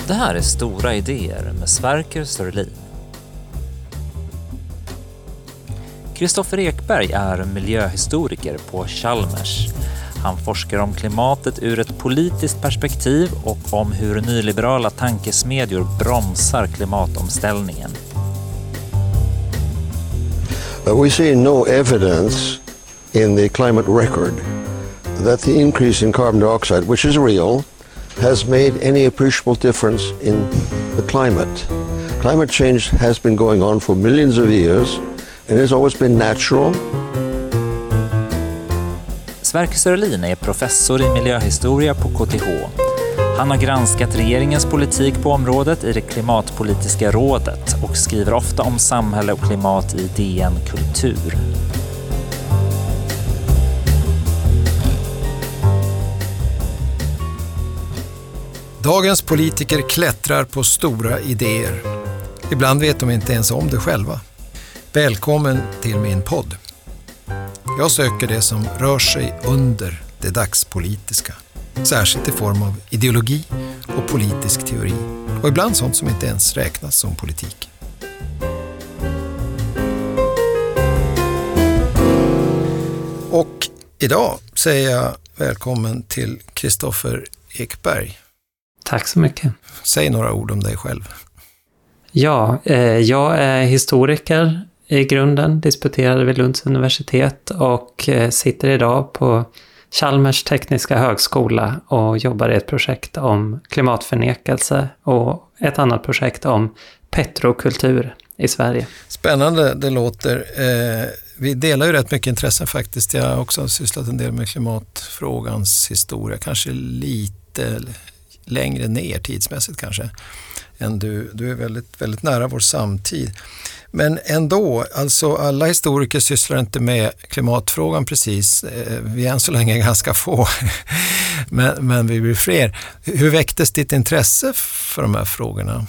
Det här är Stora idéer med Sverker Sörlin. Kristoffer Ekberg är miljöhistoriker på Chalmers. Han forskar om klimatet ur ett politiskt perspektiv och om hur nyliberala tankesmedjor bromsar klimatomställningen. We see no evidence in the climate record that the increase in carbon dioxide, which is real, has made any appreciable difference in the climate. Climate change has been going on for millions of years and has always been natural. Sverker Sörlin är professor i miljöhistoria på KTH. Han har granskat regeringens politik på området i det klimatpolitiska rådet och skriver ofta om samhälle och klimat i DN Kultur. Dagens politiker klättrar på stora idéer. Ibland vet de inte ens om det själva. Välkommen till min podd. Jag söker det som rör sig under det dagspolitiska. Särskilt i form av ideologi och politisk teori. Och ibland sånt som inte ens räknas som politik. Och idag säger jag välkommen till Kristoffer Ekberg. Tack så mycket. Säg några ord om dig själv. Ja, jag är historiker i grunden, disputerade vid Lunds universitet och sitter idag på Chalmers tekniska högskola och jobbar i ett projekt om klimatförnekelse och ett annat projekt om petrokultur i Sverige. Spännande det låter. Vi delar ju rätt mycket intressen faktiskt. Jag har också sysslat en del med klimatfrågans historia, kanske lite längre ner tidsmässigt kanske än du. Du är väldigt, väldigt nära vår samtid. Men ändå, alltså alla historiker sysslar inte med klimatfrågan precis. Vi är än så länge ganska få, men vi blir fler. Hur väcktes ditt intresse för de här frågorna?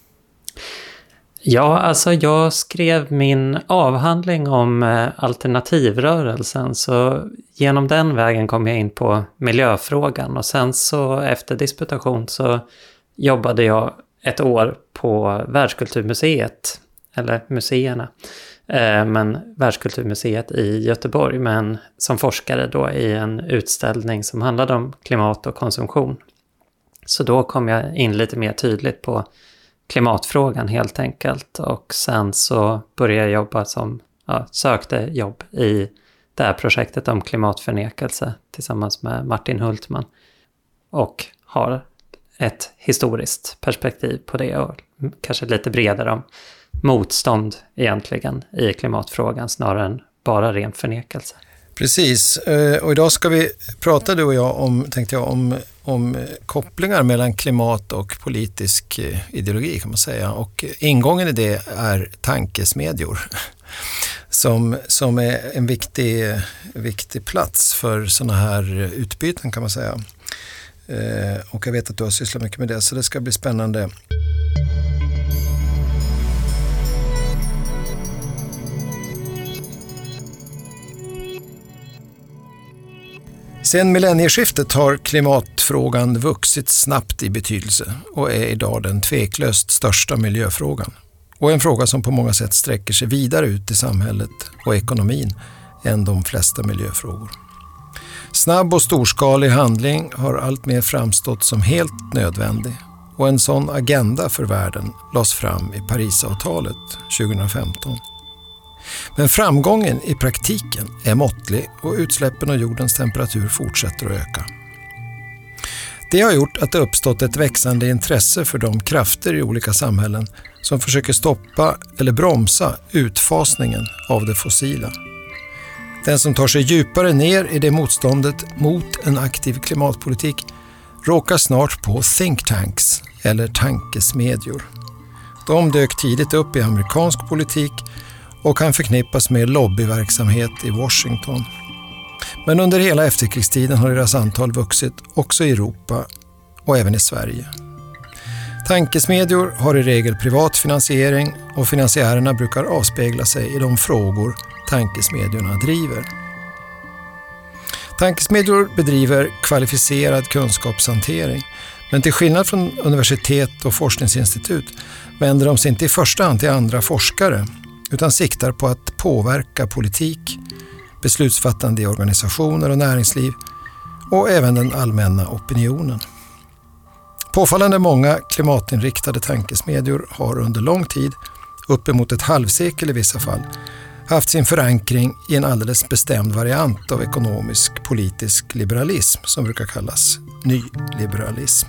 Ja, alltså jag skrev min avhandling om alternativrörelsen, så genom den vägen kom jag in på miljöfrågan och sen så efter disputation så jobbade jag ett år på Världskulturmuseet, eller museerna, men Världskulturmuseet i Göteborg, men som forskare då i en utställning som handlade om klimat och konsumtion. Så då kom jag in lite mer tydligt på klimatfrågan helt enkelt, och sen så började jag jobba sökte jobb i det här projektet om klimatförnekelse tillsammans med Martin Hultman och har ett historiskt perspektiv på det och kanske lite bredare om motstånd egentligen i klimatfrågan snarare än bara ren förnekelse. Precis, och idag ska vi prata du och jag om kopplingar mellan klimat och politisk ideologi kan man säga, och ingången i det är tankesmedjor som är en viktig plats för såna här utbyten kan man säga. Och jag vet att du har sysslat mycket med det, så det ska bli spännande. Sedan millennieskiftet har klimatfrågan vuxit snabbt i betydelse och är idag den tveklöst största miljöfrågan. Och en fråga som på många sätt sträcker sig vidare ut i samhället och ekonomin än de flesta miljöfrågor. Snabb och storskalig handling har allt mer framstått som helt nödvändig, och en sån agenda för världen lades fram i Parisavtalet 2015. Men framgången i praktiken är måttlig och utsläppen av jordens temperatur fortsätter att öka. Det har gjort att det uppstått ett växande intresse för de krafter i olika samhällen som försöker stoppa eller bromsa utfasningen av det fossila. Den som tar sig djupare ner i det motståndet mot en aktiv klimatpolitik råkar snart på think tanks eller tankesmedjor. De dök tidigt upp i amerikansk politik och kan förknippas med lobbyverksamhet i Washington. Men under hela efterkrigstiden har deras antal vuxit också i Europa och även i Sverige. Tankesmedjor har i regel privat finansiering och finansiärerna brukar avspegla sig i de frågor tankesmedjorna driver. Tankesmedjor bedriver kvalificerad kunskapshantering, Men till skillnad från universitet och forskningsinstitut vänder de sig inte i första hand till andra forskare utan siktar på att påverka politik, beslutsfattande i organisationer och näringsliv och även den allmänna opinionen. Påfallande många klimatinriktade tankesmedjor har under lång tid, uppemot ett halvsekel i vissa fall, haft sin förankring i en alldeles bestämd variant av ekonomisk politisk liberalism som brukar kallas nyliberalism.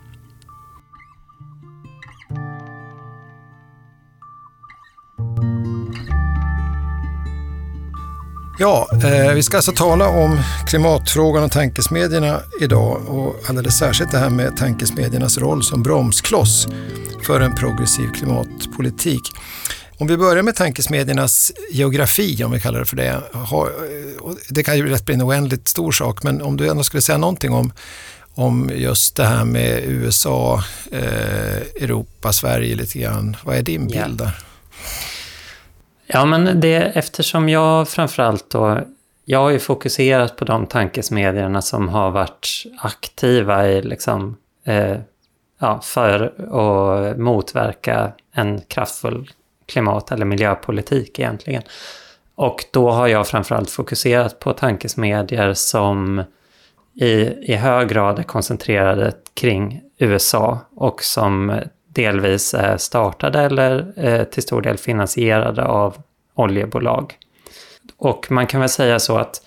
Ja, vi ska alltså tala om klimatfrågan och tankesmedjorna idag och alldeles särskilt det här med tankesmedjornas roll som bromskloss för en progressiv klimatpolitik. Om vi börjar med tankesmedjornas geografi, om vi kallar det för det. Det kan ju lätt bli en oändligt stor sak, men om du ändå skulle säga någonting om just det här med USA, Europa, Sverige lite grann. Vad är din bild där? Ja, men det eftersom jag framförallt då, jag har ju fokuserat på de tankesmedjorna som har varit aktiva i liksom, för att motverka en kraftfull klimat- eller miljöpolitik egentligen. Och då har jag framförallt fokuserat på tankesmedier som i hög grad är koncentrerade kring USA och som delvis är startade eller till stor del finansierade av oljebolag. Och man kan väl säga så att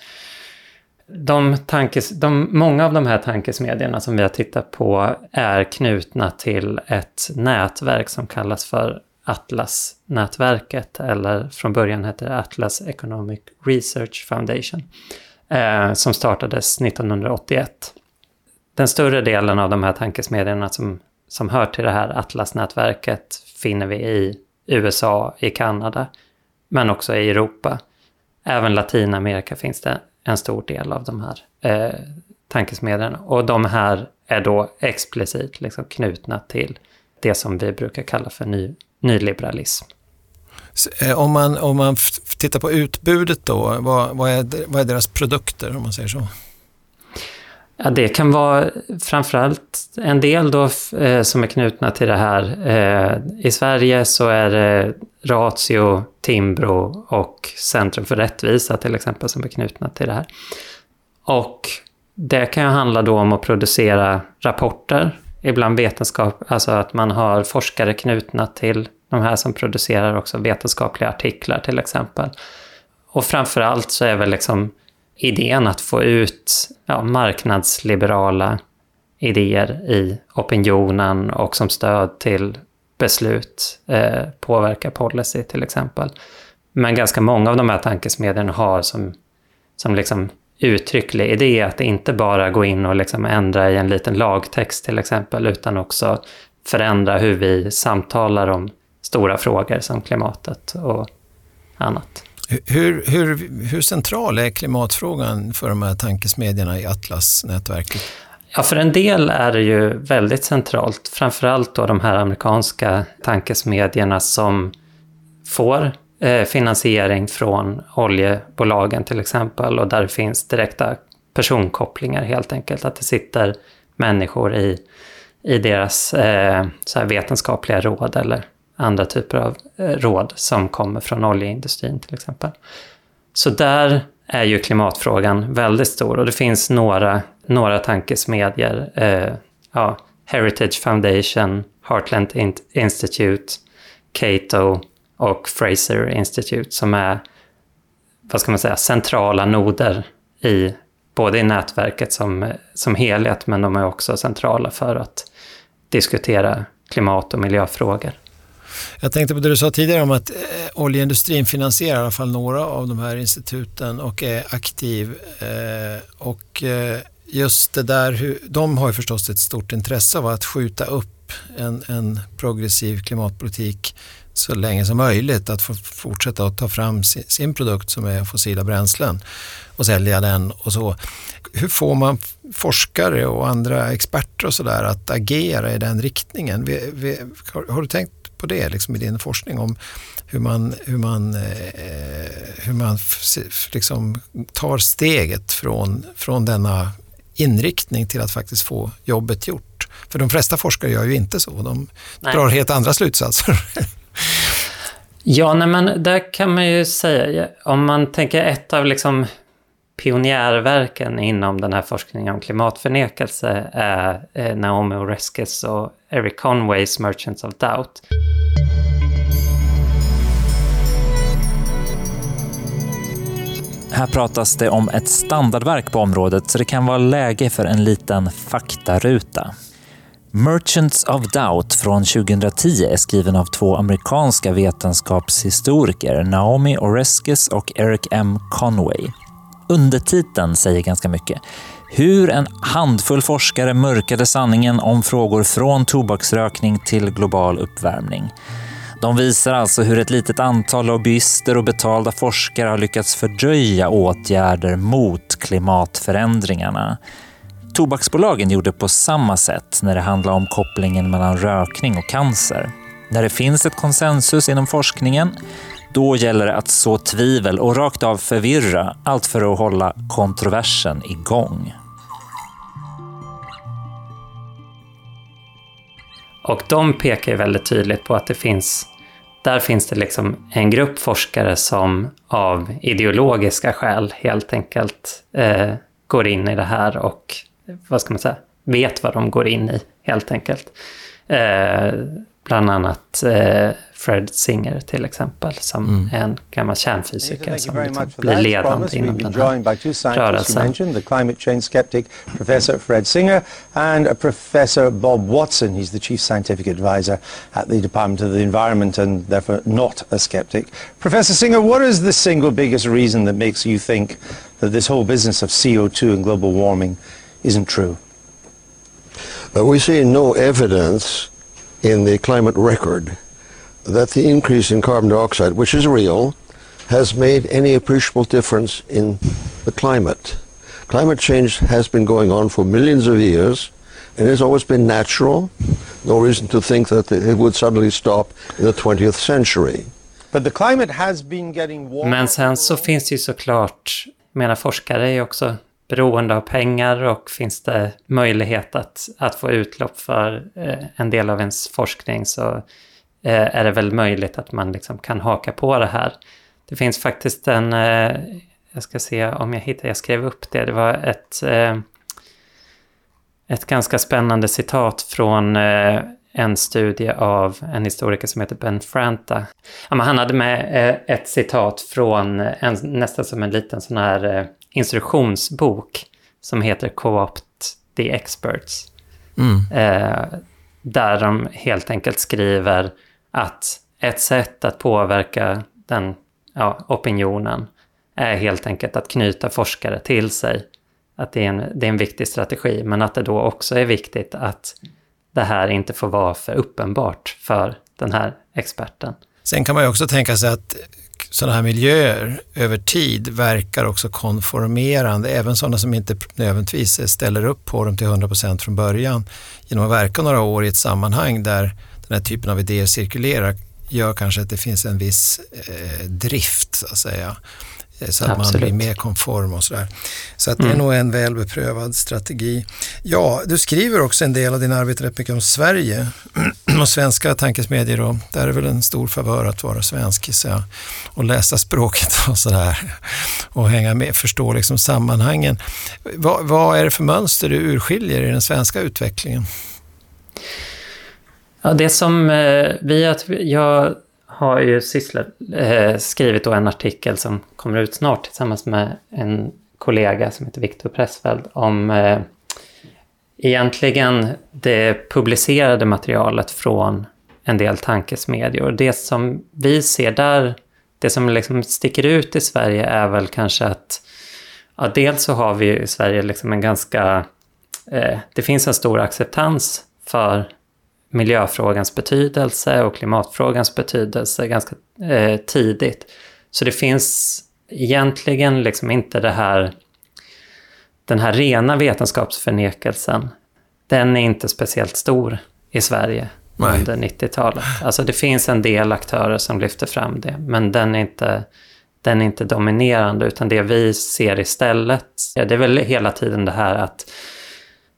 många av de här tankesmedierna som vi har tittat på är knutna till ett nätverk som kallas för Atlas-nätverket, eller från början heter det Atlas Economic Research Foundation, som startades 1981. Den större delen av de här tankesmedierna som hör till det här Atlas-nätverket finner vi i USA, i Kanada, men också i Europa. Även Latinamerika finns det en stor del av de här tankesmedierna. Och de här är då explicit liksom knutna till det som vi brukar kalla för nyliberalism. Om man tittar på utbudet då, vad är deras produkter om man säger så? Ja, det kan vara framförallt en del då som är knutna till det här. I Sverige så är det Ratio, Timbro och Centrum för rättvisa till exempel som är knutna till det här. Och det kan ju handla då om att producera rapporter, ibland vetenskap, alltså att man har forskare knutna till de här som producerar också vetenskapliga artiklar till exempel. Och framförallt så är väl liksom idén att få ut marknadsliberala idéer i opinionen och som stöd till beslut, påverka policy till exempel. Men ganska många av de här tankesmedierna har som liksom uttrycklig idé att det inte bara gå in och liksom ändra i en liten lagtext till exempel, utan också förändra hur vi samtalar om stora frågor som klimatet och annat. Hur central är klimatfrågan för de här tankesmedierna i Atlas-nätverket? Ja, för en del är det ju väldigt centralt. Framförallt då de här amerikanska tankesmedierna som får finansiering från oljebolagen till exempel. Och där det finns direkta personkopplingar helt enkelt. Att det sitter människor i deras så här vetenskapliga råd eller andra typer av råd som kommer från oljeindustrin till exempel. Så där är ju klimatfrågan väldigt stor och det finns några tankesmedjor, Heritage Foundation, Heartland Institute, Cato och Fraser Institute som är, vad ska man säga, centrala noder både i nätverket som helhet, men de är också centrala för att diskutera klimat- och miljöfrågor. Jag tänkte på det du sa tidigare om att oljeindustrin finansierar i alla fall några av de här instituten och är aktiv. Och just det där, de har ju förstås ett stort intresse av att skjuta upp en progressiv klimatpolitik så länge som möjligt, att få fortsätta att ta fram sin produkt som är fossila bränslen och sälja den och så. Hur får man forskare och andra experter och sådär att agera i den riktningen? Har du tänkt på det liksom i din forskning om hur man liksom tar steget från denna inriktning till att faktiskt få jobbet gjort? För de flesta forskare gör ju inte så. De drar helt andra slutsatser. Ja, nej, men där kan man ju säga, om man tänker ett av liksom pionjärverken inom den här forskningen om klimatförnekelse är Naomi Oreskes och Eric Conways Merchants of Doubt. Här pratas det om ett standardverk på området, så det kan vara läge för en liten faktaruta. Merchants of Doubt från 2010 är skriven av två amerikanska vetenskapshistoriker, Naomi Oreskes och Eric M. Conway. Undertiteln säger ganska mycket. Hur en handfull forskare mörkade sanningen om frågor från tobaksrökning till global uppvärmning. De visar alltså hur ett litet antal lobbyister och betalda forskare har lyckats fördröja åtgärder mot klimatförändringarna. Tobaksbolagen gjorde på samma sätt när det handlar om kopplingen mellan rökning och cancer. När det finns ett konsensus inom forskningen, då gäller det att så tvivel och rakt av förvirra, allt för att hålla kontroversen igång. Och de pekar ju väldigt tydligt på att där finns det liksom en grupp forskare som av ideologiska skäl helt enkelt går in i det här och vet vad de går in i helt enkelt. Bland annat Fred Singer till exempel, som är en gammal kärnfysiker som liksom blir ledande inom den här rörelsen. The climate change skeptic, Professor Fred Singer, and Professor Bob Watson. He's the chief scientific advisor at the Department of the Environment and therefore not a skeptic. Professor Singer, what is the single biggest reason that makes you think that this whole business of CO2 and global warming isn't true? We see no evidence in the climate record that the increase in carbon dioxide, which is real, has made any appreciable difference in the climate. Climate change has been going on for millions of years and has always been natural. No reason to think that it would suddenly stop in the 20th century. But the climate has been getting warmer. Men sen så finns det ju såklart, forskare är också beroende av pengar, och finns det möjlighet att få utlopp för en del av ens forskning, så är det väl möjligt att man liksom kan haka på det här. Det finns faktiskt jag ska se om jag skrev upp det. Det var ett ganska spännande citat från en studie av en historiker som heter Ben Franta. Ja, men han hade med ett citat från nästan som en liten sån här instruktionsbok som heter Co-opt the Experts. Där de helt enkelt skriver att ett sätt att påverka den opinionen är helt enkelt att knyta forskare till sig. Att det är en viktig strategi, men att det då också är viktigt att det här inte får vara för uppenbart för den här experten. Sen kan man ju också tänka sig att sådana här miljöer över tid verkar också konformerande, även sådana som inte nödvändigtvis ställer upp på dem till 100% från början. Genom att verka några år i ett sammanhang där den här typen av idéer cirkulerar gör kanske att det finns en viss drift så att säga. Så att Absolut. Man blir mer konform och sådär. Så att det är nog en väl beprövad strategi. Ja, du skriver också en del av din arbete rätt mycket om Sverige och svenska tankesmedier. Och där är väl en stor favör att vara svensk, så och läsa språket och sådär. Och hänga med, förstå liksom sammanhangen. Vad är det för mönster du urskiljer i den svenska utvecklingen? Ja, det som jag har ju skrivit då en artikel som kommer ut snart tillsammans med en kollega som heter Viktor Pressfeldt om egentligen det publicerade materialet från en del tankesmedier. Och det som vi ser där, det som liksom sticker ut i Sverige är väl kanske att dels så har vi i Sverige liksom en ganska, det finns en stor acceptans för miljöfrågans betydelse och klimatfrågans betydelse ganska tidigt. Så det finns egentligen liksom inte den här rena vetenskapsförnekelsen. Den är inte speciellt stor i Sverige under 90-talet. Alltså det finns en del aktörer som lyfter fram det, men den är inte dominerande, utan det vi ser istället, det är väl hela tiden det här att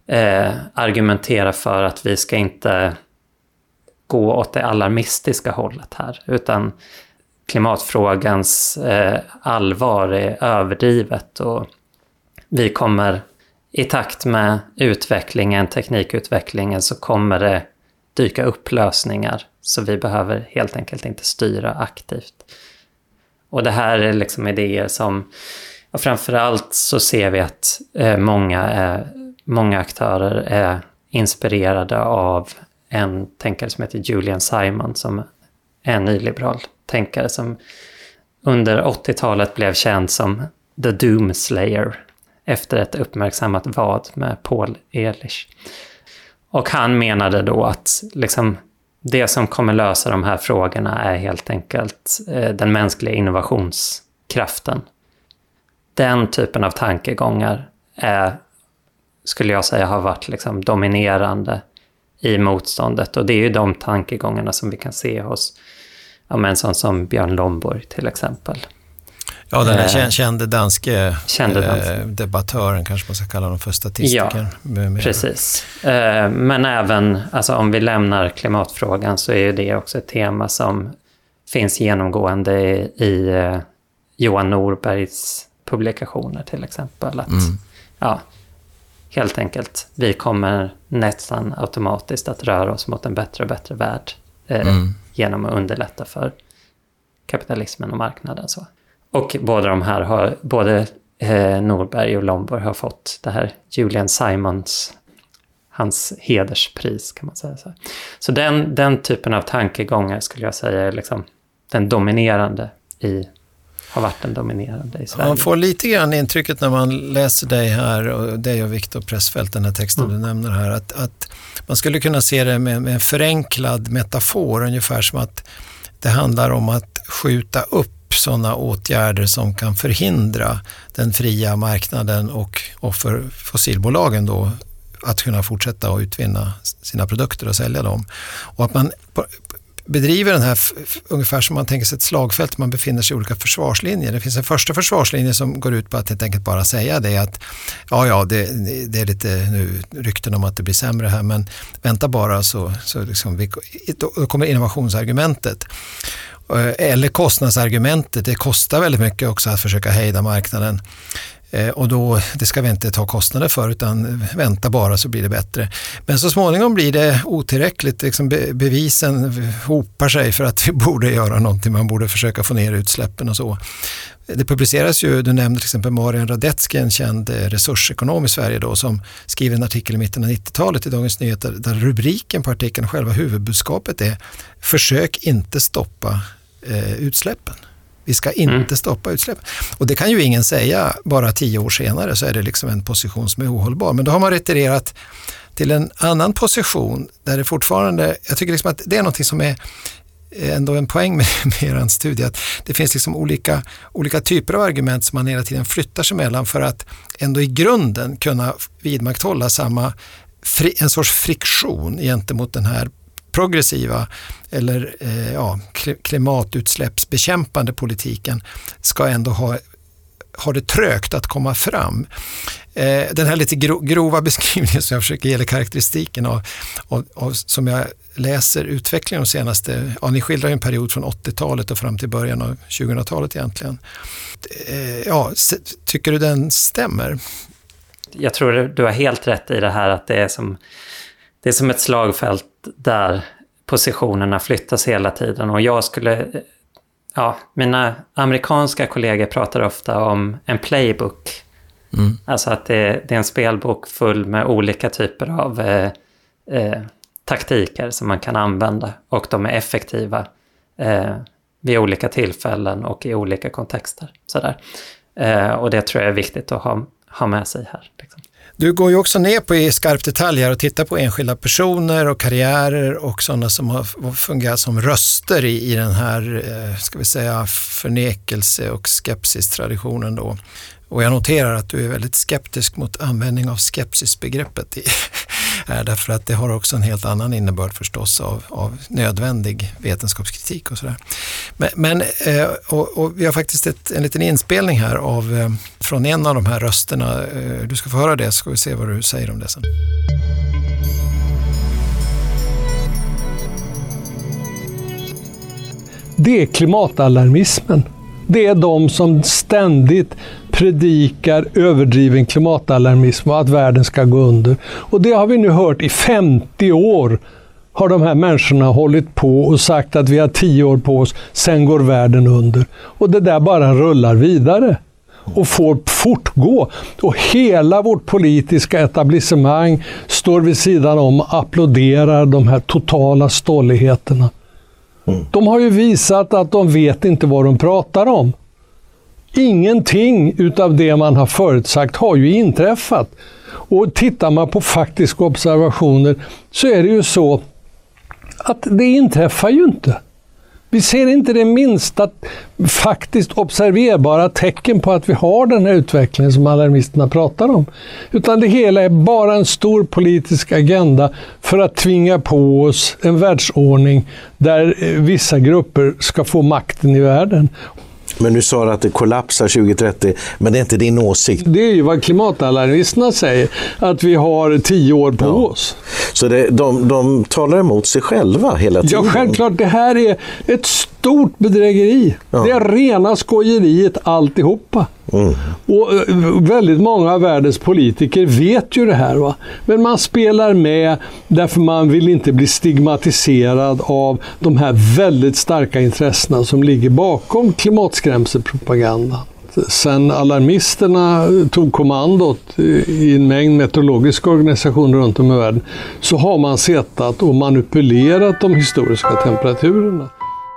argumentera för att vi ska inte gå åt det alarmistiska hållet här, utan klimatfrågans allvar är överdrivet och vi kommer i takt med utvecklingen, teknikutvecklingen, så kommer det dyka upp lösningar, så vi behöver helt enkelt inte styra aktivt. Och det här är liksom idéer som, och framförallt så ser vi att många aktörer är inspirerade av en tänkare som heter Julian Simon, som är en nyliberal tänkare som under 80-talet blev känd som The Doomslayer efter ett uppmärksammat vad med Paul Ehrlich. Och han menade då att liksom, det som kommer lösa de här frågorna är helt enkelt den mänskliga innovationskraften. Den typen av tankegångar skulle jag säga har varit liksom dominerande i motståndet. Och det är ju de tankegångarna som vi kan se hos en sån som Björn Lomborg till exempel. Ja, den här kände danske debattören, kanske man ska kalla dem för statistiker. Ja, precis. Men även alltså, om vi lämnar klimatfrågan så är det också ett tema som finns genomgående i Johan Norbergs publikationer till exempel. Att, helt enkelt, vi kommer nästan automatiskt att röra oss mot en bättre och bättre värld genom att underlätta för kapitalismen och marknaden. Så. Och båda de här har, både Norberg och Lomborg har fått det här Julian Simons, hans hederspris kan man säga. Så den typen av tankegångar skulle jag säga är liksom har varit den dominerande i Sverige. Man får lite grann intrycket när man läser dig här, och dig och Viktor Pressfeldt, den här texten du nämner här, att man skulle kunna se det med en förenklad metafor, ungefär som att det handlar om att skjuta upp sådana åtgärder som kan förhindra den fria marknaden och för fossilbolagen då att kunna fortsätta att utvinna sina produkter och sälja dem. Och att man bedriver den här ungefär som man tänker sig ett slagfält, man befinner sig i olika försvarslinjer. Det finns en första försvarslinje som går ut på att helt enkelt bara säga det att det är lite nu rykten om att det blir sämre här, men vänta bara så liksom då kommer innovationsargumentet. Eller kostnadsargumentet, det kostar väldigt mycket också att försöka hejda marknaden. Och då, det ska vi inte ta kostnader för, utan vänta bara så blir det bättre. Men så småningom blir det otillräckligt, liksom bevisen hopar sig för att vi borde göra någonting, man borde försöka få ner utsläppen och så. Det publiceras ju, du nämnde till exempel Marian Radetzky, en känd resursekonom i Sverige då, som skriver en artikel i mitten av 90-talet i Dagens Nyheter där rubriken på artikeln, själva huvudbudskapet är: försök inte stoppa utsläppen. Vi ska inte stoppa utsläpp. Och det kan ju ingen säga, bara 10 år senare så är det liksom en position som är ohållbar. Men då har man retirerat till en annan position där det fortfarande, jag tycker liksom att det är något som är ändå en poäng med er studie, att det finns liksom olika typer av argument som man hela tiden flyttar sig mellan för att ändå i grunden kunna vidmakthålla en sorts friktion gentemot den här progressiva eller klimatutsläppsbekämpande politiken ska ändå ha det trögt att komma fram. Den här lite grova beskrivningen som jag försöker ge, eller karaktäristiken av som jag läser utvecklingen de senaste, ni skildrar en period från 80-talet och fram till början av 2000-talet egentligen. Tycker du den stämmer? Jag tror du har helt rätt i det här, att det är som ett slagfält där positionerna flyttas hela tiden. Och mina amerikanska kollegor pratar ofta om en playbook. Alltså att det är en spelbok full med olika typer av taktiker som man kan använda. Och de är effektiva vid olika tillfällen och i olika kontexter. Sådär. Och det tror jag är viktigt att ha med sig här. Liksom. Du går ju också ner på i skarp detaljer och tittar på enskilda personer och karriärer och sådana som har fungerat som röster i den här, ska vi säga, förnekelse- och skepsistraditionen då. Och jag noterar att du är väldigt skeptisk mot användning av skepsisbegreppet här, därför att det har också en helt annan innebörd förstås av nödvändig vetenskapskritik och sådär. Men vi har faktiskt en liten inspelning här från en av de här rösterna. Du ska få höra det, ska vi se vad du säger om det sen. Det är klimatalarmismen. Det är de som ständigt predikar överdriven klimatalarmism och att världen ska gå under. Och det har vi nu hört i 50 år. Har de här människorna hållit på och sagt att vi har 10 år på oss, sen går världen under. Och det där bara rullar vidare och får fortgå. Och hela vårt politiska etablissemang står vid sidan om och applåderar de här totala stolligheterna. De har ju visat att de vet inte vad de pratar om. Ingenting utav det man har förutsagt har ju inträffat. Och tittar man på faktiska observationer så är det ju så att det inträffar ju inte. Vi ser inte det minsta faktiskt observerbara tecken på att vi har den här utvecklingen som alarmisterna pratar om. Utan det hela är bara en stor politisk agenda för att tvinga på oss en världsordning där vissa grupper ska få makten i världen. Men du sa att det kollapsar 2030, men det är inte din åsikt. Det är ju vad klimatalarmisterna säger, att vi har 10 år på oss. Så de talar emot sig själva hela tiden? Ja, självklart. Det här är ett stort bedrägeri. Ja. Det är rena skojeriet alltihopa. Och väldigt många av världens politiker vet ju det här. Va? Men man spelar med därför man vill inte bli stigmatiserad av de här väldigt starka intressena som ligger bakom klimatskrämselpropagandan. Sen alarmisterna tog kommandot i en mängd meteorologiska organisationer runt om i världen så har man setat och manipulerat de historiska temperaturerna.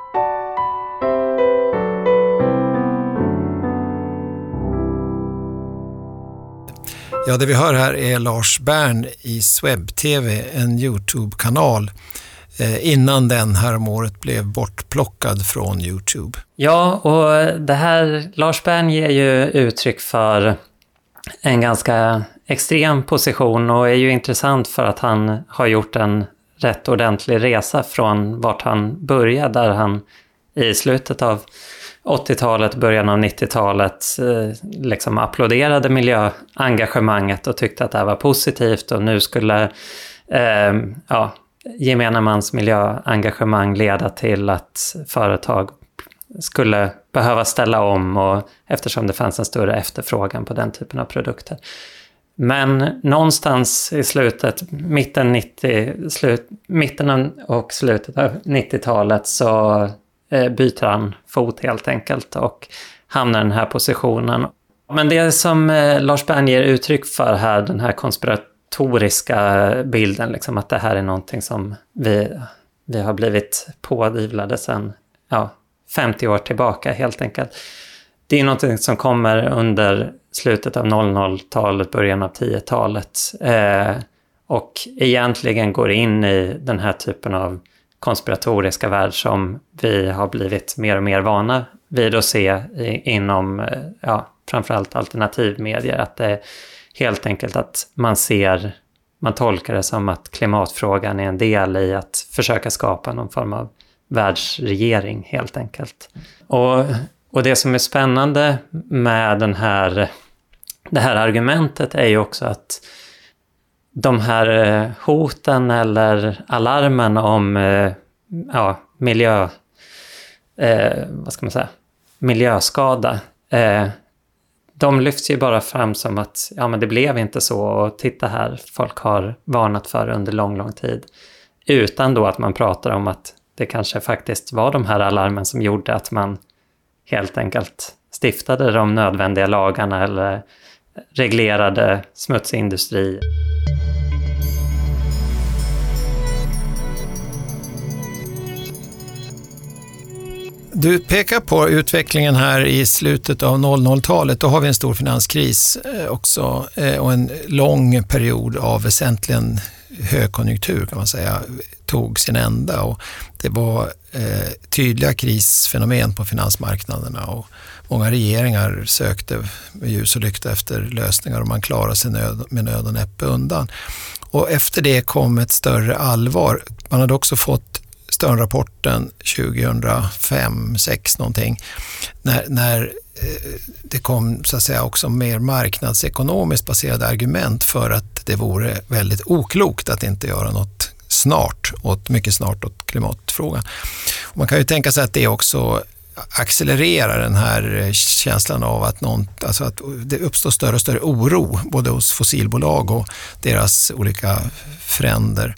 Ja, det vi hör här är Lars Bern i Swebb TV, en YouTube-kanal, innan den här om året blev bortplockad från YouTube. Ja, och det här, Lars Bern ger ju uttryck för en ganska extrem position och är ju intressant för att han har gjort en rätt ordentlig resa från vart han började, där han i slutet av 80-talet, början av 90-talet liksom applåderade miljöengagemanget och tyckte att det här var positivt, och nu skulle gemene mans miljöengagemang leda till att företag skulle behöva ställa om, och eftersom det fanns en större efterfrågan på den typen av produkter. Men någonstans i mitten och slutet av 90-talet så byter han fot helt enkelt och hamnar i den här positionen. Men det som Lars Bern ger uttryck för här, den här konspiratoriska bilden, liksom att det här är någonting som vi har blivit pådyvlade sedan 50 år tillbaka helt enkelt. Det är någonting som kommer under slutet av 00-talet, början av 10-talet och egentligen går in i den här typen av konspiratoriska värld som vi har blivit mer och mer vana vid att se inom framförallt alternativmedier, att det är helt enkelt att man tolkar det som att klimatfrågan är en del i att försöka skapa någon form av världsregering helt enkelt. Och det som är spännande med det här argumentet är ju också att de här hoten eller alarmen om miljöskada, de lyfts ju bara fram som att men det blev inte så, och titta här, folk har varnat för under lång tid, utan då att man pratar om att det kanske faktiskt var de här alarmen som gjorde att man helt enkelt stiftade de nödvändiga lagarna eller reglerade smutsindustri. Du pekar på utvecklingen här i slutet av 00-talet. Då har vi en stor finanskris också och en lång period av väsentligen högkonjunktur kan man säga tog sin ända och det var tydliga krisfenomen på finansmarknaderna och många regeringar sökte med ljus och lykta efter lösningar och man klarade sig med nöd och näppe undan. Och efter det kom ett större allvar. Man hade också fått Sternrapporten 2005-2006 någonting när det kom så att säga också mer marknadsekonomiskt baserade argument för att det vore väldigt oklokt att inte göra något mycket snart åt klimatfrågan. Och man kan ju tänka sig att det också accelererar den här känslan av att att det uppstår större och större oro både hos fossilbolag och deras olika fränder.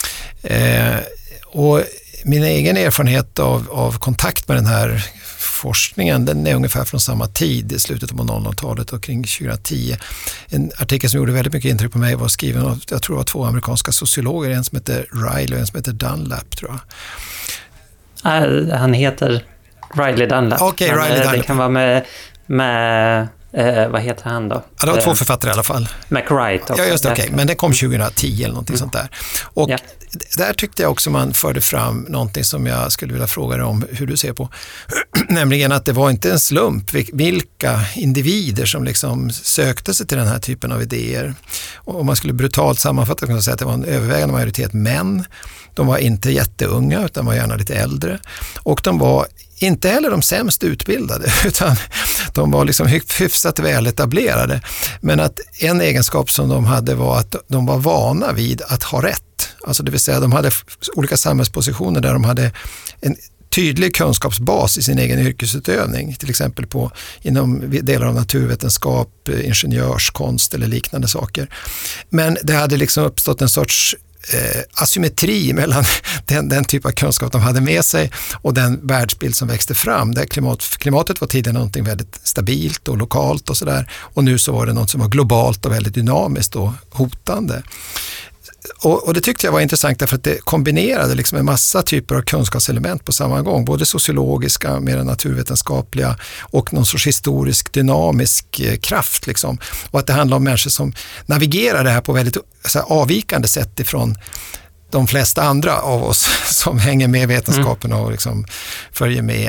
Och min egen erfarenhet av kontakt med den här forskningen, den är ungefär från samma tid, i slutet av 00-talet och kring 2010. En artikel som gjorde väldigt mycket intryck på mig var skriven av, jag tror det var 2 amerikanska sociologer, en som heter Riley och en som heter Dunlap, tror jag. Han heter Riley Dunlap. Okej, Riley Dunlap. Det kan vara med vad heter han då? Ja, det var 2 författare i alla fall. McWright också. Ja, just det, okej. Men det kom 2010 eller någonting sånt där. Och där tyckte jag också man förde fram någonting som jag skulle vilja fråga dig om hur du ser på. Nämligen att det var inte en slump vilka individer som liksom sökte sig till den här typen av idéer. Och om man skulle brutalt sammanfatta kan man säga att det var en övervägande majoritet män. De var inte jätteunga utan var gärna lite äldre. Och de var inte heller de sämst utbildade utan de var liksom hyfsat väl etablerade. Men att en egenskap som de hade var att de var vana vid att ha rätt. Alltså det vill säga de hade olika samhällspositioner där de hade en tydlig kunskapsbas i sin egen yrkesutövning. Till exempel inom delar av naturvetenskap, ingenjörskonst eller liknande saker. Men det hade liksom uppstått en sorts asymmetri mellan den typ av kunskap de hade med sig och den världsbild som växte fram. Där klimatet var tidigare någonting väldigt stabilt och lokalt och sådär. Och nu så var det något som var globalt och väldigt dynamiskt och hotande. Och det tyckte jag var intressant därför att det kombinerade liksom en massa typer av kunskapselement på samma gång. Både sociologiska, mer naturvetenskapliga och någon sorts historisk dynamisk kraft. Liksom. Och att det handlar om människor som navigerar det här på väldigt så här, avvikande sätt ifrån de flesta andra av oss som hänger med vetenskapen och liksom följer med.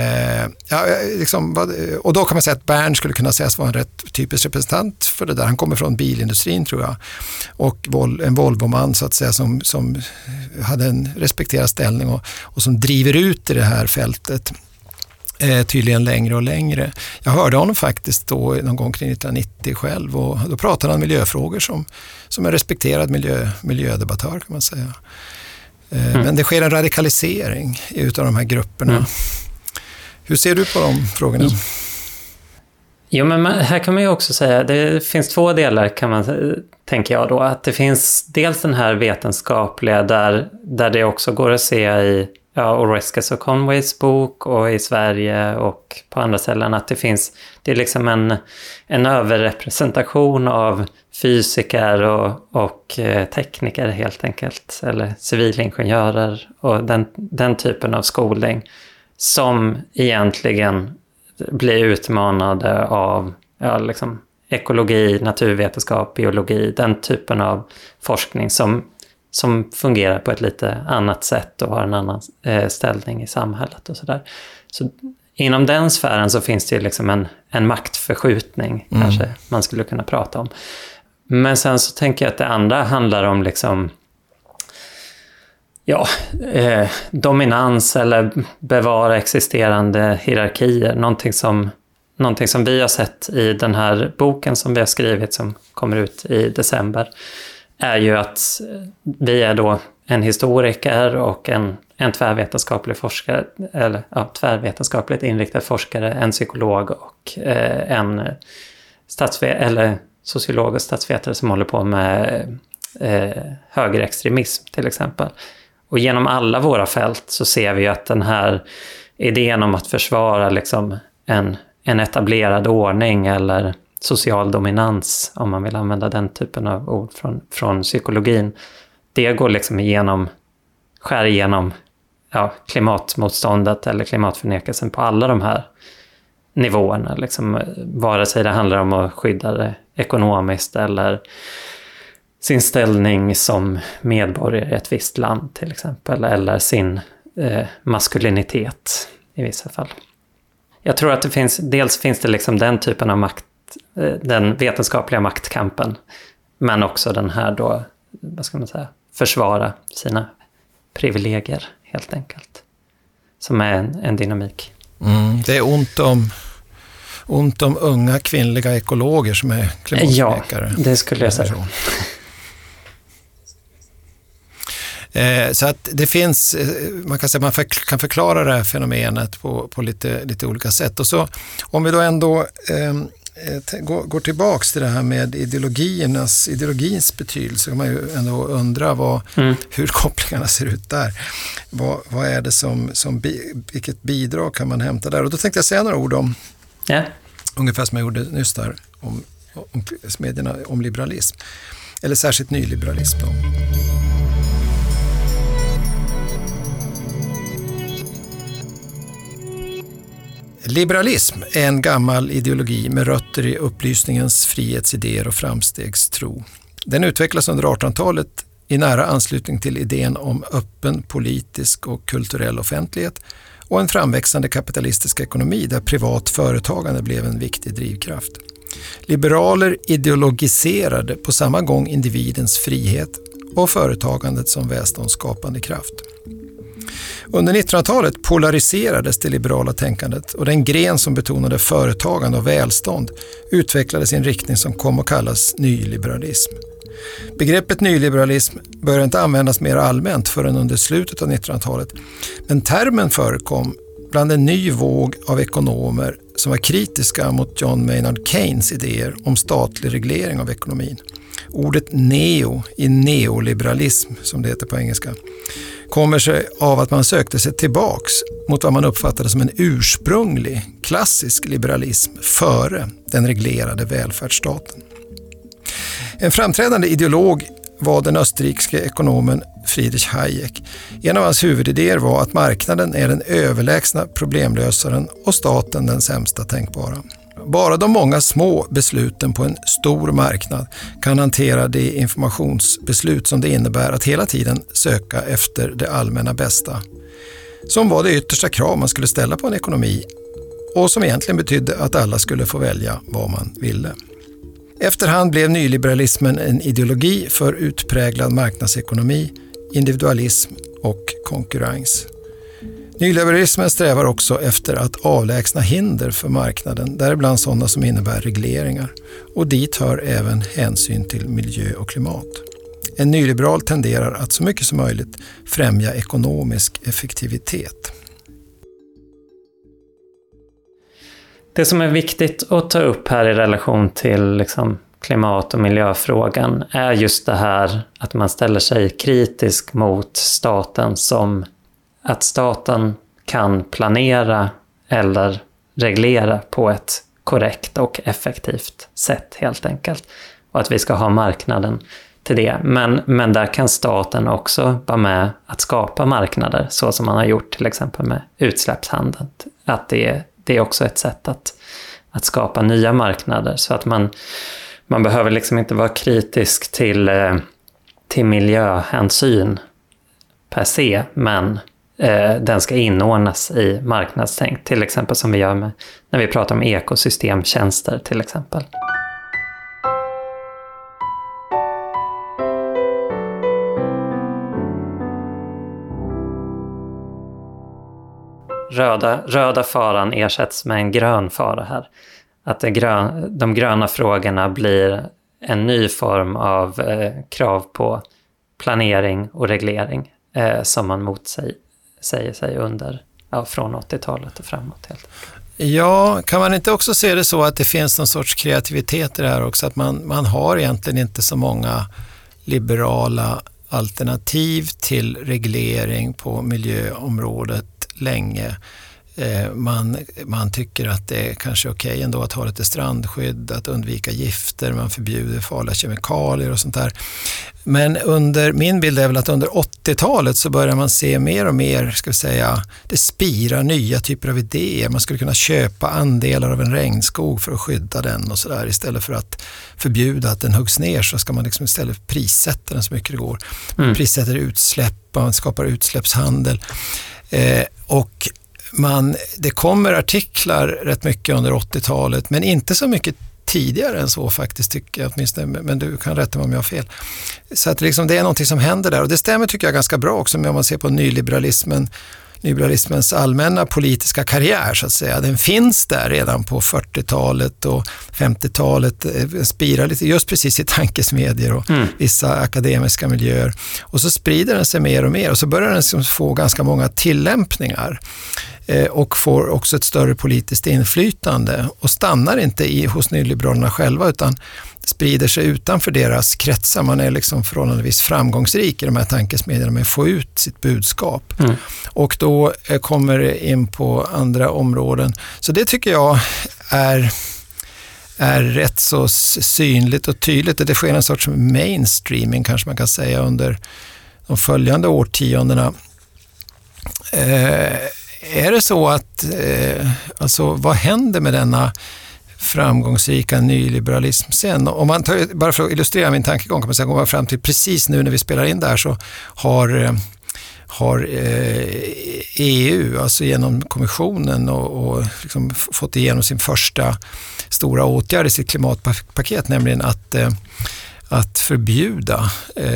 Och då kan man säga att Bern skulle kunna sägas vara en rätt typisk representant för det där. Han kommer från bilindustrin tror jag. Och en Volvo-man så att säga som hade en respekterad ställning och som driver ut i det här fältet tydligen längre och längre. Jag hörde honom faktiskt då någon gång kring 1990 själv och då pratade han miljöfrågor som en respekterad miljödebattör kan man säga. Men det sker en radikalisering utav de här grupperna. Hur ser du på de frågorna? Jo, men här kan man ju också säga, det finns 2 delar kan man tänker jag då. Att det finns dels den här vetenskapliga där det också går att se i Oreskes och Conways bok och i Sverige och på andra ställen att det är liksom en överrepresentation av fysiker och tekniker helt enkelt, eller civilingenjörer och den typen av skolning som egentligen blir utmanade av liksom ekologi, naturvetenskap, biologi, den typen av forskning som fungerar på ett lite annat sätt och har en annan ställning i samhället och sådär. Så inom den sfären så finns det ju liksom en maktförskjutning kanske man skulle kunna prata om. Men sen så tänker jag att det andra handlar om liksom dominans eller bevara existerande hierarkier. Någonting som vi har sett i den här boken som vi har skrivit som kommer ut i december är ju att vi är då en historiker och en tvärvetenskaplig forskare, eller tvärvetenskapligt inriktad forskare, en psykolog och en sociolog och statsvetare som håller på med högerextremism till exempel. Och genom alla våra fält så ser vi att den här idén om att försvara liksom en etablerad ordning eller social dominans, om man vill använda den typen av ord från psykologin, det går liksom skär igenom klimatmotståndet eller klimatförnekelsen på alla de här nivåerna. Liksom, vare sig det handlar om att skydda det ekonomiskt eller sin ställning som medborgare i ett visst land till exempel, eller sin maskulinitet i vissa fall. Jag tror att dels finns det liksom den typen av makt, den vetenskapliga maktkampen, men också den här då, vad ska man säga, försvara sina privilegier helt enkelt, som är en dynamik. Det är ont om unga kvinnliga ekologer som är klimatförnekare. Ja, det skulle jag säga. Så att det finns, man kan säga man kan förklara det här fenomenet på lite olika sätt. Och så om vi då ändå går tillbaks till det här med ideologins betydelse, kan man ju ändå undra hur kopplingarna ser ut där. Vad är det vilket bidrag kan man hämta där? Och då tänkte jag säga några ord om, ungefär som jag gjorde nyss där, om medierna, om liberalism. Eller särskilt nyliberalism då. Liberalism är en gammal ideologi med rötter i upplysningens frihetsidéer och framstegstro. Den utvecklas under 1800-talet i nära anslutning till idén om öppen politisk och kulturell offentlighet och en framväxande kapitalistisk ekonomi där privat företagande blev en viktig drivkraft. Liberaler ideologiserade på samma gång individens frihet och företagandet som välståndsskapande kraft. Under 1900-talet polariserades det liberala tänkandet och den gren som betonade företagande och välstånd utvecklades i en riktning som kom att kallas nyliberalism. Begreppet nyliberalism började inte användas mer allmänt förrän under slutet av 1900-talet, men termen förekom bland en ny våg av ekonomer som var kritiska mot John Maynard Keynes idéer om statlig reglering av ekonomin. Ordet neo i neoliberalism, som det heter på engelska, kommer sig av att man sökte sig tillbaks mot vad man uppfattade som en ursprunglig, klassisk liberalism före den reglerade välfärdsstaten. En framträdande ideolog var den österrikiske ekonomen Friedrich Hayek. En av hans huvudidéer var att marknaden är den överlägsna problemlösaren och staten den sämsta tänkbara. Bara de många små besluten på en stor marknad kan hantera de informationsbeslut som det innebär att hela tiden söka efter det allmänna bästa. Som var det yttersta krav man skulle ställa på en ekonomi och som egentligen betydde att alla skulle få välja vad man ville. Efterhand blev nyliberalismen en ideologi för utpräglad marknadsekonomi, individualism och konkurrens. Nyliberalismen strävar också efter att avlägsna hinder för marknaden, däribland sådana som innebär regleringar. Och dit hör även hänsyn till miljö och klimat. En nyliberal tenderar att så mycket som möjligt främja ekonomisk effektivitet. Det som är viktigt att ta upp här i relation till klimat- och miljöfrågan är just det här att man ställer sig kritisk mot staten, som att staten kan planera eller reglera på ett korrekt och effektivt sätt helt enkelt. Och att vi ska ha marknaden till det. Men där kan staten också vara med att skapa marknader, så som man har gjort till exempel med utsläppshandeln. Att det är också ett sätt att skapa nya marknader, så att man behöver inte vara kritisk till miljöhänsyn per se, men den ska inordnas i marknadstänk, till exempel som vi gör när vi pratar om ekosystemtjänster till exempel. Röda faran ersätts med en grön fara här. Att de gröna frågorna blir en ny form av krav på planering och reglering som man motsäger sig under från 80-talet och framåt helt. Ja, kan man inte också se det så att det finns någon sorts kreativitet i det här också? Att man har egentligen inte så många liberala alternativ till reglering på miljöområdet länge. Man tycker att det är kanske okej ändå att ha lite strandskydd, att undvika gifter, man förbjuder farliga kemikalier och sånt där. Men min bild är väl att under 80-talet så börjar man se mer och mer, ska vi säga, det spirar nya typer av idéer. Man skulle kunna köpa andelar av en regnskog för att skydda den och sådär. Istället för att förbjuda att den huggs ner så ska man liksom istället prissätta den så mycket det går. Man prissätter utsläpp, man skapar utsläppshandel. Och det kommer artiklar rätt mycket under 80-talet, men inte så mycket tidigare än så faktiskt, tycker jag åtminstone, men du kan rätta mig om jag har fel. Så att liksom det är någonting som händer där, och det stämmer tycker jag ganska bra också med om man ser på nyliberalismens allmänna politiska karriär så att säga. Den finns där redan på 40-talet och 50-talet, spirar lite just precis i tankesmedier och vissa akademiska miljöer, och så sprider den sig mer och mer och så börjar den liksom få ganska många tillämpningar och får också ett större politiskt inflytande och stannar inte hos nyliberalerna själva utan sprider sig utanför deras kretsar. Man är liksom förhållandevis framgångsrik i de här tankesmedierna med att få ut sitt budskap. Och då kommer det in på andra områden. Så det tycker jag är rätt så synligt och tydligt. Det sker en sorts mainstreaming kanske man kan säga under de följande årtiondena. Är det så att, alltså vad händer med denna framgångsrika nyliberalism sen? Om man bara för att illustrera min tankegång kan man säga, går man fram till precis nu när vi spelar in där så har EU, alltså genom kommissionen och liksom fått igenom sin första stora åtgärd i sitt klimatpaket, nämligen att förbjuda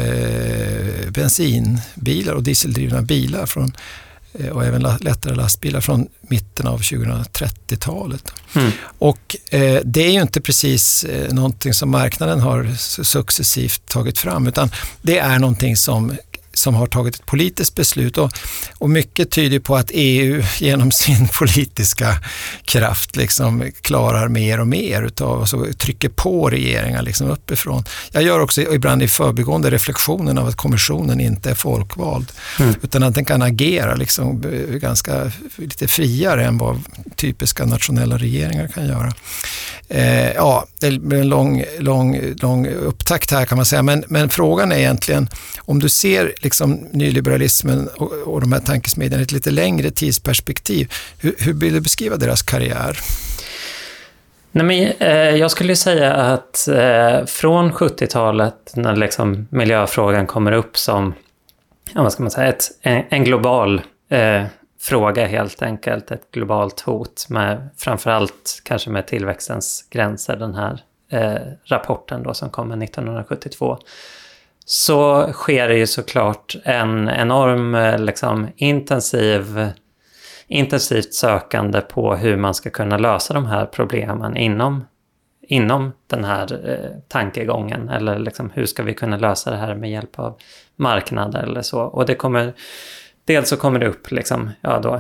bensinbilar och dieseldrivna bilar och även lättare lastbilar från mitten av 2030-talet. Och det är ju inte precis någonting som marknaden har successivt tagit fram, utan det är någonting som har tagit ett politiskt beslut och mycket tyder på att EU genom sin politiska kraft liksom klarar mer och mer utav och så trycker på regeringar liksom uppifrån. Jag gör också ibland i förbigående reflektionen av att kommissionen inte är folkvald utan att den kan agera liksom ganska lite friare än vad typiska nationella regeringar kan göra. Ja, det är en lång upptakt här kan man säga, men frågan är egentligen om du ser liksom nyliberalismen och de här tankesmedierna i ett lite längre tidsperspektiv, hur vill du beskriva deras karriär? Nej, men, jag skulle säga att från 70-talet när liksom miljöfrågan kommer upp som vad ska man säga, en global fråga helt enkelt, ett globalt hot med framförallt kanske med tillväxtens gränser, den här rapporten då som kommer 1972, så sker det ju såklart en enorm liksom intensivt sökande på hur man ska kunna lösa de här problemen inom den här tankegången, eller liksom hur ska vi kunna lösa det här med hjälp av marknader eller så. Och det kommer dels så kommer det upp liksom,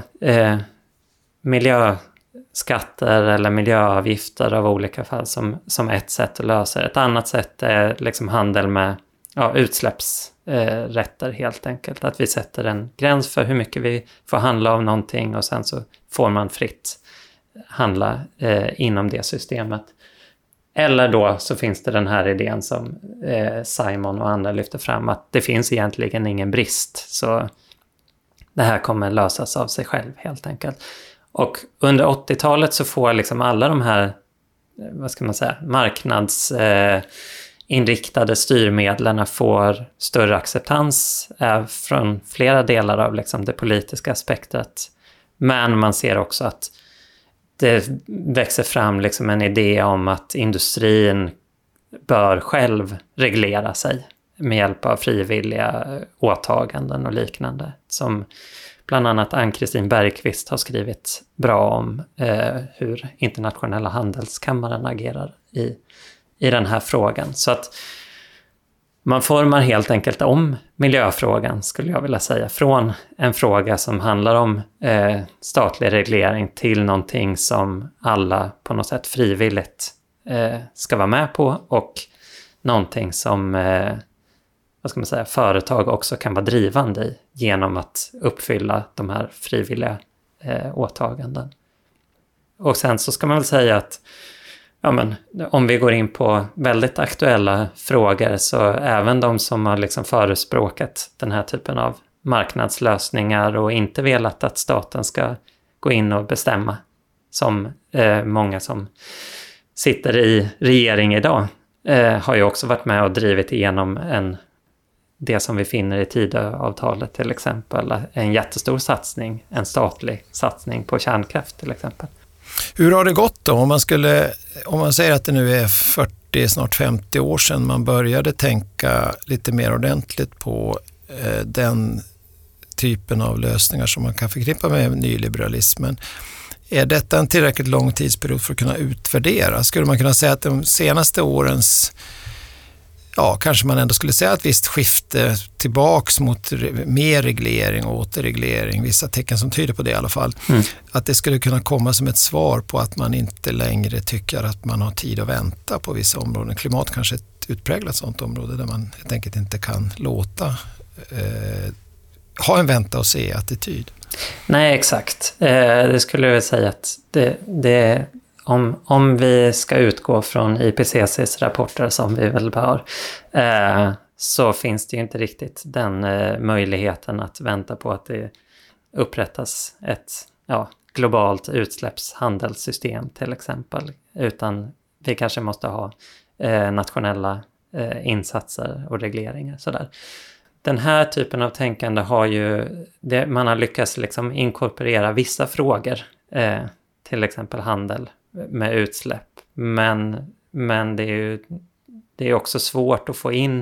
miljöskatter eller miljöavgifter av olika fall som ett sätt att lösa det. Ett annat sätt är liksom handel med utsläppsrätter helt enkelt. Att vi sätter en gräns för hur mycket vi får handla av någonting och sen så får man fritt handla inom det systemet. Eller då så finns det den här idén som Simon och andra lyfter fram, att det finns egentligen ingen brist, så det här kommer lösas av sig själv helt enkelt. Och under 80-talet så får liksom alla de här, vad ska man säga, marknadsinriktade styrmedlen får större acceptans från flera delar av liksom det politiska spektrat. Men man ser också att det växer fram liksom en idé om att industrin bör själv reglera sig med hjälp av frivilliga åtaganden och liknande. Som bland annat Ann-Kristin Bergqvist har skrivit bra om hur internationella handelskammaren agerar i den här frågan. Så att man formar helt enkelt om miljöfrågan, skulle jag vilja säga, från en fråga som handlar om statlig reglering till någonting som alla på något sätt frivilligt ska vara med på, och någonting som vad ska man säga, företag också kan vara drivande i genom att uppfylla de här frivilliga åtaganden. Och sen så ska man väl säga att om vi går in på väldigt aktuella frågor, så även de som har liksom förespråkat den här typen av marknadslösningar och inte velat att staten ska gå in och bestämma, som många som sitter i regering idag, har ju också varit med och drivit igenom det som vi finner i Tidöavtalet till exempel, en jättestor satsning, en statlig satsning på kärnkraft till exempel. Hur har det gått då? Om man säger att det nu är 40, snart 50 år sedan man började tänka lite mer ordentligt på den typen av lösningar som man kan förknippa med nyliberalismen. Är detta en tillräckligt lång tidsperiod för att kunna utvärdera? Skulle man kunna säga att de senaste årens, kanske man ändå skulle säga ett visst skifte tillbaks mot mer reglering och återreglering, vissa tecken som tyder på det i alla fall, att det skulle kunna komma som ett svar på att man inte längre tycker att man har tid att vänta på vissa områden. Klimat kanske är ett utpräglat sådant område där man helt enkelt inte kan låta ha en vänta och se-attityd. Nej, exakt. Det skulle jag säga att om vi ska utgå från IPCCs rapporter, som vi väl bör, så finns det ju inte riktigt den möjligheten att vänta på att det upprättas ett globalt utsläppshandelssystem till exempel, utan vi kanske måste ha nationella insatser och regleringar sådär. Den här typen av tänkande man har lyckats liksom inkorporera vissa frågor, till exempel handel med utsläpp. Men det är också svårt att få in,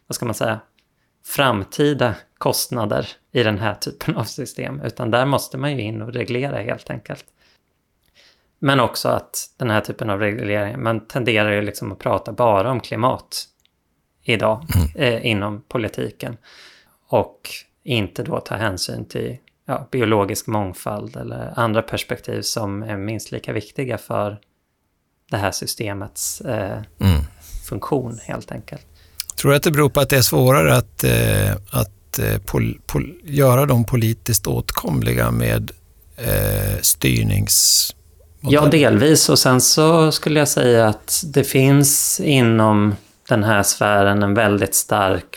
framtida kostnader i den här typen av system. Utan där måste man ju in och reglera helt enkelt. Men också att den här typen av reglering, man tenderar ju liksom att prata bara om klimat idag inom politiken. Och inte då ta hänsyn till biologisk mångfald eller andra perspektiv som är minst lika viktiga för det här systemets funktion helt enkelt. Tror du att det beror på att det är svårare att göra dem politiskt åtkomliga med styrningsmodeller? Ja, delvis. Och sen så skulle jag säga att det finns inom den här sfären en väldigt stark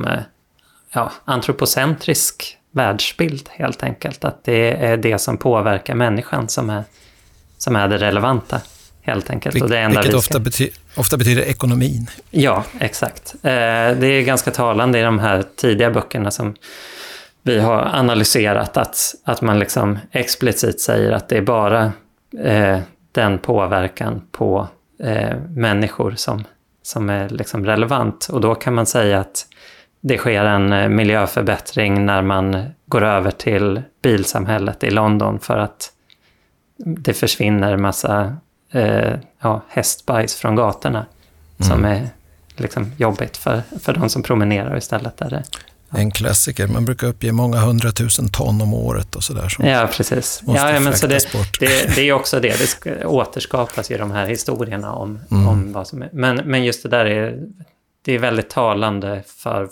antropocentrisk världsbild helt enkelt. Att det är det som påverkar människan som är det relevanta helt enkelt. Och det enda vilket ofta betyder ekonomin. Ja, exakt. Det är ganska talande i de här tidiga böckerna som vi har analyserat att man liksom explicit säger att det är bara den påverkan på människor som är liksom relevant. Och då kan man säga att det sker en miljöförbättring när man går över till bilsamhället i London för att det försvinner massa hästbajs från gatorna som är liksom jobbigt för de som promenerar istället. Där en klassiker. Man brukar uppge många 100 000 ton om året och sådär. Ja, precis. Men så det är också det. Det återskapas ju de här historierna om vad som är. Men just det där det är väldigt talande för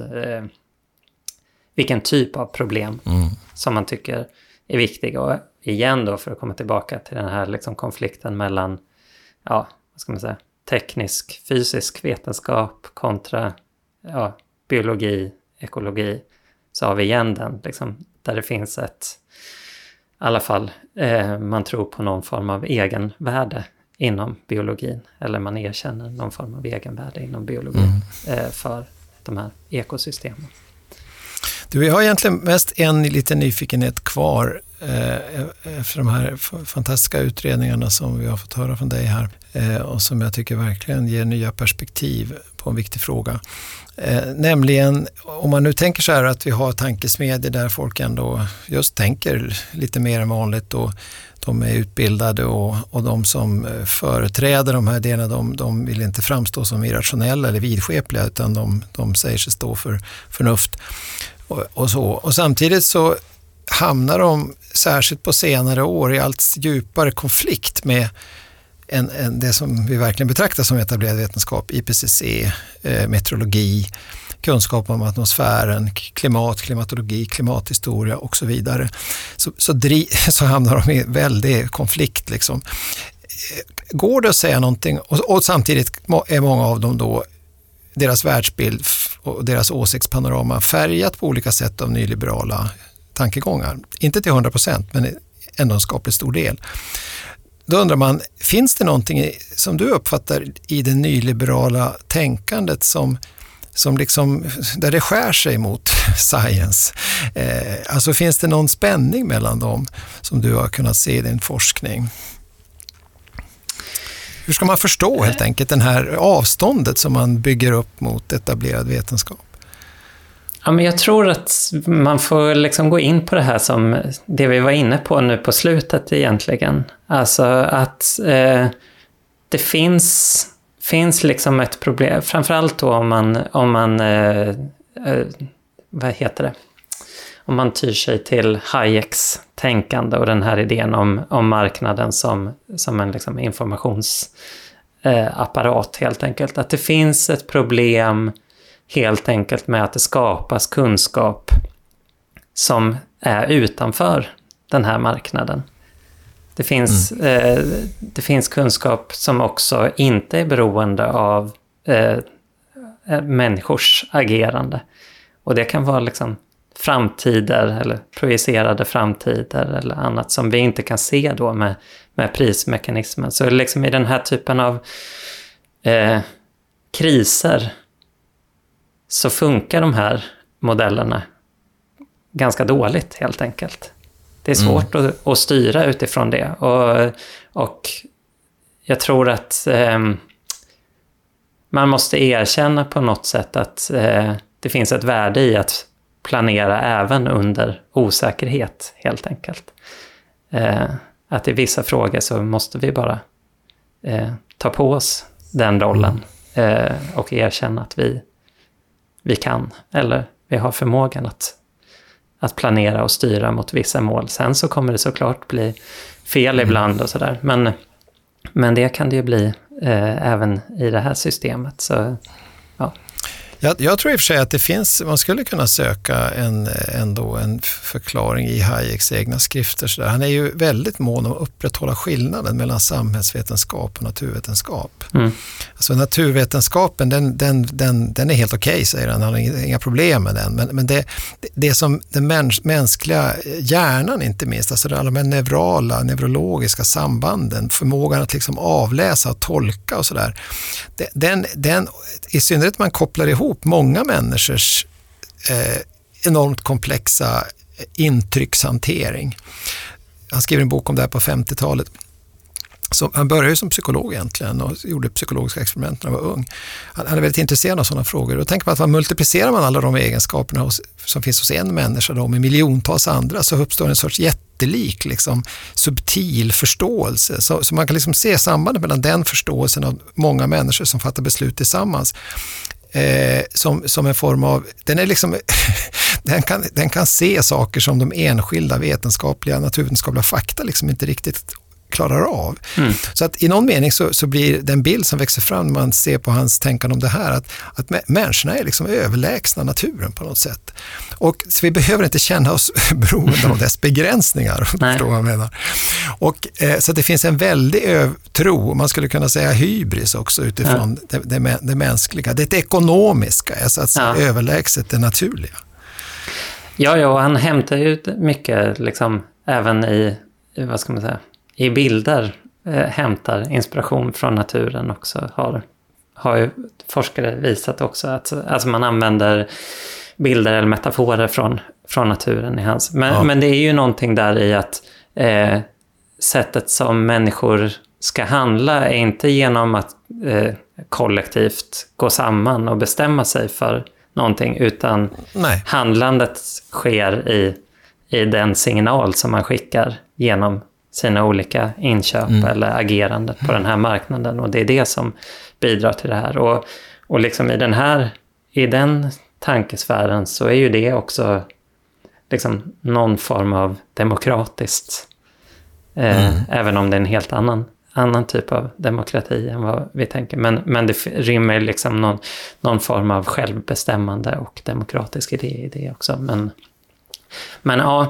vilken typ av problem som man tycker är viktiga. Och igen då, för att komma tillbaka till den här liksom konflikten mellan teknisk, fysisk vetenskap kontra biologi, ekologi, så har vi igen den liksom, där det finns i alla fall man tror på någon form av egenvärde inom biologin, eller man erkänner någon form av egenvärde inom biologin för de här ekosystemen. Vi har egentligen mest en liten nyfikenhet kvar efter de här fantastiska utredningarna som vi har fått höra från dig här och som jag tycker verkligen ger nya perspektiv på en viktig fråga. Nämligen, om man nu tänker så här att vi har tankesmedjor där folk ändå just tänker lite mer än vanligt och de är utbildade och de som företräder de här delarna, de vill inte framstå som irrationella eller vidskepliga, utan de säger sig stå för förnuft och så. Och samtidigt så hamnar de, särskilt på senare år, i allt djupare konflikt med det som vi verkligen betraktar som etablerad vetenskap, IPCC, meteorologi, kunskap om atmosfären, klimat, klimatologi, klimathistoria och så vidare, så hamnar de i väldig konflikt liksom. Går det att säga någonting, och samtidigt är många av dem då, deras världsbild och deras åsiktspanorama färgat på olika sätt av nyliberala tankegångar. Inte till 100%, men ändå en skaplig stor del. Då undrar man, finns det någonting som du uppfattar i det nyliberala tänkandet som liksom, där det skär sig mot science? Alltså finns det någon spänning mellan dem som du har kunnat se i din forskning? Hur ska man förstå helt enkelt den här avståndet som man bygger upp mot etablerad vetenskap? Ja, men jag tror att man får liksom gå in på det här som det vi var inne på nu på slutet egentligen. Alltså att det finns liksom ett problem, framförallt då om man vad heter det? Om man tyr sig till Hayeks tänkande och den här idén om marknaden som en liksom informationsapparat helt enkelt. Att det finns ett problem helt enkelt med att det skapas kunskap som är utanför den här marknaden. Det finns kunskap som också inte är beroende av människors agerande. Och det kan vara liksom framtider eller projicerade framtider eller annat som vi inte kan se då med prismekanismen. Så liksom i den här typen av kriser så funkar de här modellerna ganska dåligt helt enkelt. Det är svårt att styra utifrån det. Och jag tror att man måste erkänna på något sätt att det finns ett värde i att planera även under osäkerhet helt enkelt. Att i vissa frågor så måste vi bara ta på oss den rollen och erkänna att vi kan eller vi har förmågan att planera och styra mot vissa mål. Sen så kommer det såklart bli fel ibland och sådär. Men det kan det ju bli även i det här systemet. Så, ja. Jag tror i och för sig att det finns, man skulle kunna söka en förklaring i Hayeks egna skrifter. Så där. Han är ju väldigt mån om att upprätthålla skillnaden mellan samhällsvetenskap och naturvetenskap. Alltså naturvetenskapen, den är helt okej, säger han har inga problem med den. Men det som den mänskliga hjärnan inte minst, alltså alla de neurologiska sambanden, förmågan att liksom avläsa och tolka och sådär, den i synnerhet man kopplar ihop många människors enormt komplexa intryckshantering. Han skrev en bok om det här på 50-talet. Så han började ju som psykolog egentligen och gjorde psykologiska experiment när han var ung. Han är väldigt intresserad av sådana frågor. Och tänk på att multiplicerar man alla de egenskaperna som finns hos en människa då, med miljontals andra, så uppstår en sorts jättelik liksom, subtil förståelse. Så man kan liksom se sambandet mellan den förståelsen av många människor som fattar beslut tillsammans som en form av, den är liksom den kan se saker som de enskilda vetenskapliga, naturvetenskapliga fakta liksom inte riktigt klarar av. Så att i någon mening så blir den bild som växer fram när man ser på hans tänkande om det här att människorna är liksom överlägsna naturen på något sätt. Och så vi behöver inte känna oss beroende av dess begränsningar, förstår vad jag menar. Och så det finns en väldig tro, man skulle kunna säga hybris också utifrån det mänskliga. Det ekonomiska, alltså att överlägset det naturliga. Ja, han hämtar ju mycket liksom även i, vad ska man säga, i bilder hämtar inspiration från naturen också. Har ju forskare visat också att alltså man använder bilder eller metaforer från naturen i hans. Men det är ju någonting där i att sättet som människor ska handla är inte genom att kollektivt gå samman och bestämma sig för någonting, utan handlandet sker i den signal som man skickar genom sina olika inköp eller agerandet på den här marknaden, och det är det som bidrar till det här. Och liksom i den tankesfären så är ju det också liksom någon form av demokratiskt, även om det är en helt annan typ av demokrati än vad vi tänker. Men det rymmer liksom någon form av självbestämmande och demokratisk idé i det också. Men ja,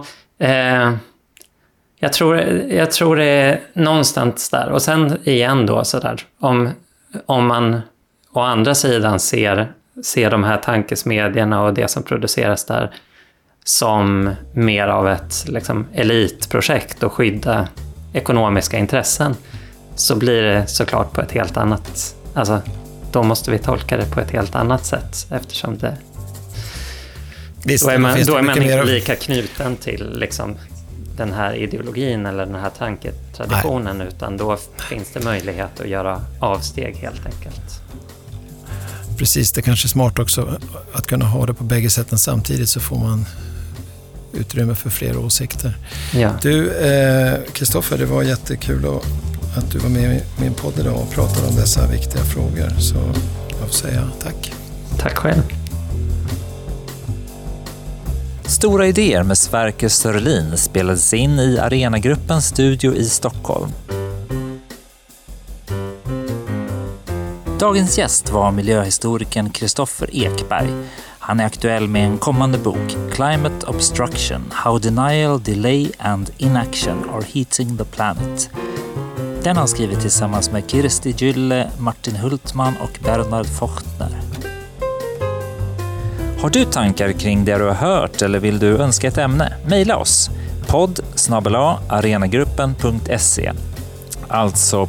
jag tror det är någonstans där. Och sen igen då sådär, om man å andra sidan ser de här tankesmedierna och det som produceras där som mer av ett liksom elitprojekt och skydda ekonomiska intressen, så blir det såklart på ett helt annat, alltså då måste vi tolka det på ett helt annat sätt, eftersom det Visst, då är man inte mer lika knuten till liksom den här ideologin eller den här tanketraditionen. Nej. Utan då finns det möjlighet att göra avsteg helt enkelt. Precis, det kanske är smart också att kunna ha det på bägge sätten samtidigt, så får man utrymme för fler åsikter. Ja. Du, Kristoffer, det var jättekul att du var med i min podd idag och pratade om dessa viktiga frågor. Så jag får säga tack. Tack själv. Stora idéer med Sverker Sörlin spelades in i Arenagruppens studio i Stockholm. Dagens gäst var miljöhistorikern Kristoffer Ekberg. Han är aktuell med en kommande bok, Climate Obstruction, How Denial, Delay and Inaction are Heating the Planet. Den har han skrivit tillsammans med Kirsti Gylle, Martin Hultman och Bernhard Fochtner. Har du tankar kring det du har hört eller vill du önska ett ämne? Maila oss. podd@arenagruppen.se. Alltså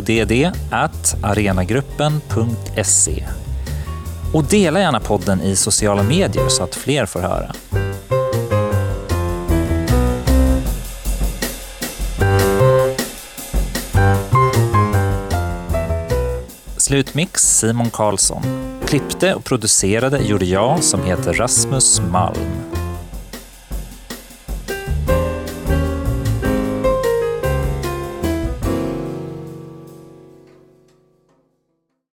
podd@arenagruppen.se. Och dela gärna podden i sociala medier så att fler får höra. Slutmix Simon Karlsson. Klippte och producerade gjorde jag som heter Rasmus Malm.